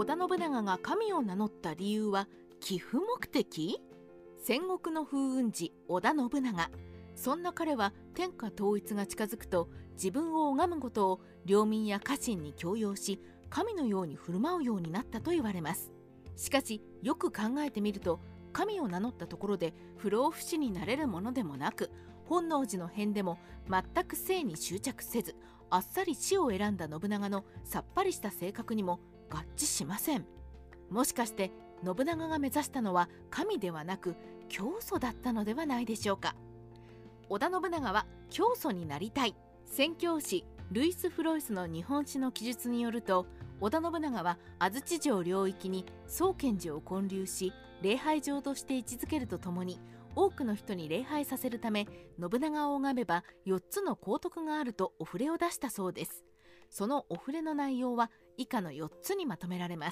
織田信長が神を名乗った理由は寄付目的？戦国の風雲児織田信長。そんな彼は天下統一が近づくと自分を拝むことを領民や家臣に強要し、神のように振る舞うようになったと言われます。しかしよく考えてみると、神を名乗ったところで不老不死になれるものでもなく、本能寺の変でも全く生に執着せず、あっさり死を選んだ信長のさっぱりした性格にも合致しません。もしかして信長が目指したのは神ではなく教祖だったのではないでしょうか。織田信長は教祖になりたい。宣教師ルイス・フロイスの日本史の記述によると、織田信長は安土城領域に宗顕寺を建立し、礼拝場として位置づけるとともに、多くの人に礼拝させるため信長を拝めば4つの功徳があるとお触れを出したそうです。そのお触れの内容は以下の4つにまとめられます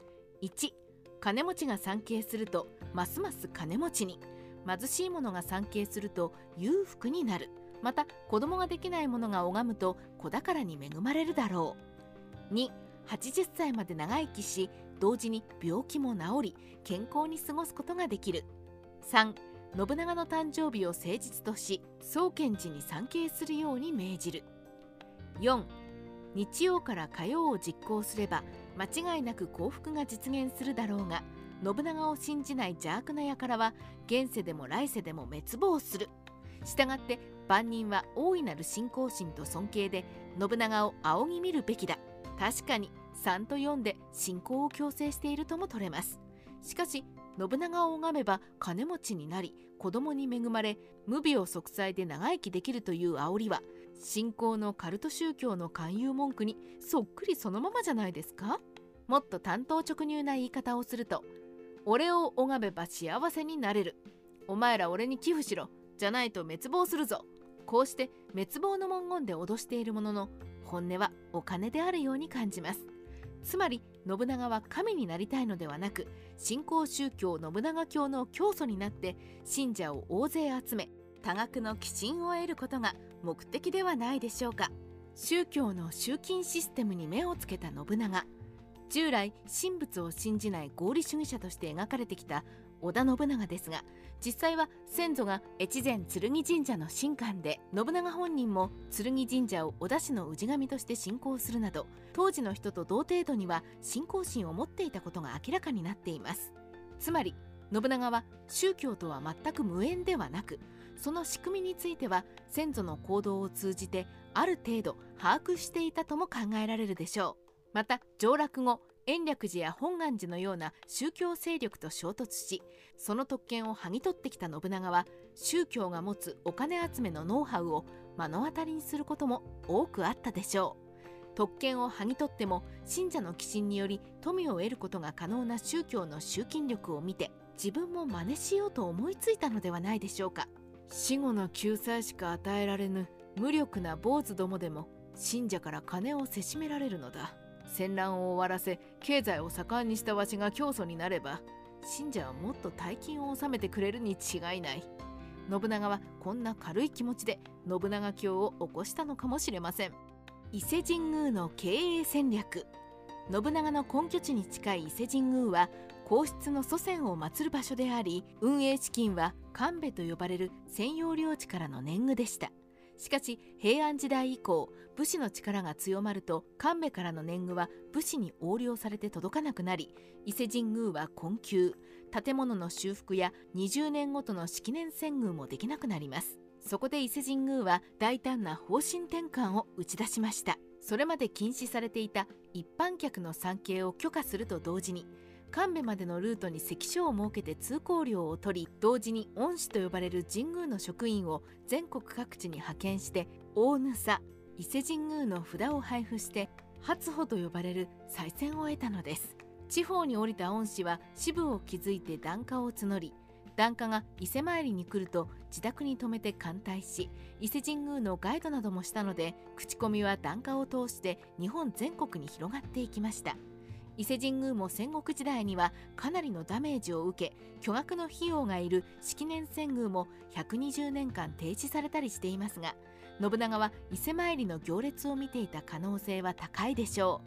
。1、金持ちが参詣するとますます金持ちに、貧しい者が参詣すると裕福になる。また子供ができない者が拝むと子宝に恵まれるだろう。2、80歳まで長生きし、同時に病気も治り健康に過ごすことができる。3、信長の誕生日を誠実とし、宗顕寺に参詣するように命じる。4、日曜から火曜を実行すれば間違いなく幸福が実現するだろうが、信長を信じない邪悪な輩は現世でも来世でも滅亡する。したがって万人は大いなる信仰心と尊敬で信長を仰ぎ見るべきだ。確かに3と4で信仰を強制しているとも取れます。しかし信長を拝めば金持ちになり子供に恵まれ無病息災で長生きできるという煽りは、信仰のカルト宗教の勧誘文句にそっくりそのままじゃないですか。もっと単刀直入な言い方をすると、俺を拝めば幸せになれる、お前ら俺に寄付しろ、じゃないと滅亡するぞ。こうして滅亡の文言で脅しているものの、本音はお金であるように感じます。つまり信長は神になりたいのではなく、新興宗教信長教の教祖になって信者を大勢集め多額の寄進を得ることが目的ではないでしょうか。宗教の集金システムに目をつけた信長。従来神仏を信じない合理主義者として描かれてきた織田信長ですが、実際は先祖が越前剣神社の神官で、信長本人も剣神社を織田氏の氏神として信仰するなど、当時の人と同程度には信仰心を持っていたことが明らかになっています。つまり信長は宗教とは全く無縁ではなく、その仕組みについては先祖の行動を通じてある程度把握していたとも考えられるでしょう。また上洛後、延暦寺や本願寺のような宗教勢力と衝突し、その特権を剥ぎ取ってきた信長は、宗教が持つお金集めのノウハウを目の当たりにすることも多くあったでしょう。特権を剥ぎ取っても信者の寄進により富を得ることが可能な宗教の集金力を見て、自分も真似しようと思いついたのではないでしょうか。死後の救済しか与えられぬ無力な坊主どもでも信者から金をせしめられるのだ。戦乱を終わらせ経済を盛んにしたわしが教祖になれば、信者はもっと大金を納めてくれるに違いない。信長はこんな軽い気持ちで信長教を起こしたのかもしれません。伊勢神宮の経営戦略。信長の根拠地に近い伊勢神宮は皇室の祖先を祀る場所であり、運営資金は神戸と呼ばれる専用領地からの年貢でした。しかし平安時代以降、武士の力が強まると神戸からの年貢は武士に横領されて届かなくなり、伊勢神宮は困窮、建物の修復や20年ごとの式年遷宮もできなくなります。そこで伊勢神宮は大胆な方針転換を打ち出しました。それまで禁止されていた一般客の参詣を許可すると同時に、神戸までのルートに関所を設けて通行料を取り、同時に御師と呼ばれる神宮の職員を全国各地に派遣して大ぬさ、伊勢神宮の札を配布して初穂と呼ばれる再選を得たのです。地方に降りた御師は支部を築いて檀家を募り、檀家が伊勢参りに来ると自宅に泊めて歓待し、伊勢神宮のガイドなどもしたので、口コミは檀家を通して日本全国に広がっていきました。伊勢神宮も戦国時代にはかなりのダメージを受け、巨額の費用がいる式年遷宮も120年間停止されたりしていますが、信長は伊勢参りの行列を見ていた可能性は高いでしょう。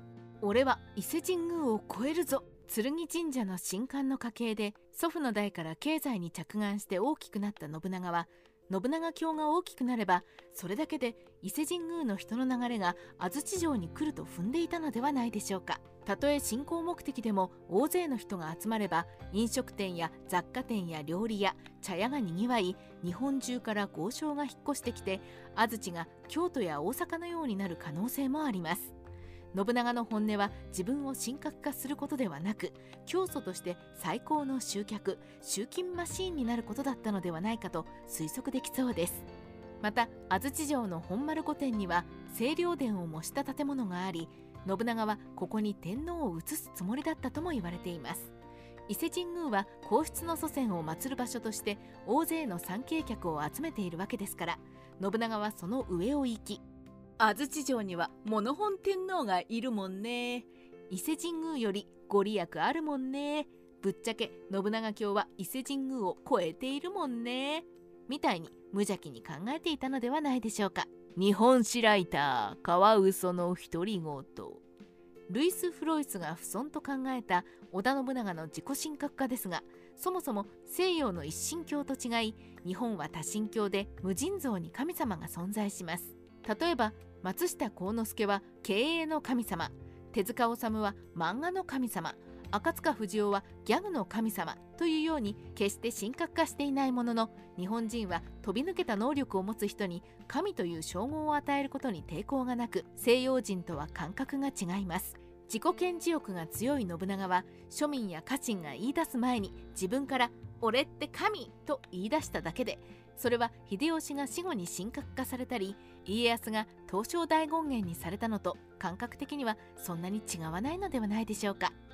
俺は伊勢神宮を超えるぞ。剣神社の神官の家系で祖父の代から経済に着眼して大きくなった信長は、信長教が大きくなればそれだけで伊勢神宮の人の流れが安土城に来ると踏んでいたのではないでしょうか。たとえ信仰目的でも大勢の人が集まれば、飲食店や雑貨店や料理屋、茶屋がにぎわい、日本中から豪商が引っ越してきて、安土が京都や大阪のようになる可能性もあります。信長の本音は自分を神格化することではなく、教祖として最高の集客・集金マシーンになることだったのではないかと推測できそうです。また安土城の本丸御殿には清涼殿を模した建物があり、信長はここに天皇を移すつもりだったとも言われています。伊勢神宮は皇室の祖先を祀る場所として大勢の参詣客を集めているわけですから、信長はその上を行き、安土城には物本天皇がいるもんね、伊勢神宮よりご利益あるもんね、ぶっちゃけ信長教は伊勢神宮を超えているもんね、みたいに無邪気に考えていたのではないでしょうか。日本史ライターカワウソの独り言。ルイス・フロイスが不損と考えた織田信長の自己神格化ですが、そもそも西洋の一神教と違い、日本は多神教で無尽蔵に神様が存在します。例えば松下幸之助は経営の神様、手塚治虫は漫画の神様、赤塚不二夫はギャグの神様というように決して神格化していないものの、日本人は飛び抜けた能力を持つ人に神という称号を与えることに抵抗がなく、西洋人とは感覚が違います。自己顕示欲が強い信長は庶民や家臣が言い出す前に自分から俺って神と言い出しただけで、それは秀吉が死後に神格化されたり、家康が東照大権現にされたのと感覚的にはそんなに違わないのではないでしょうか。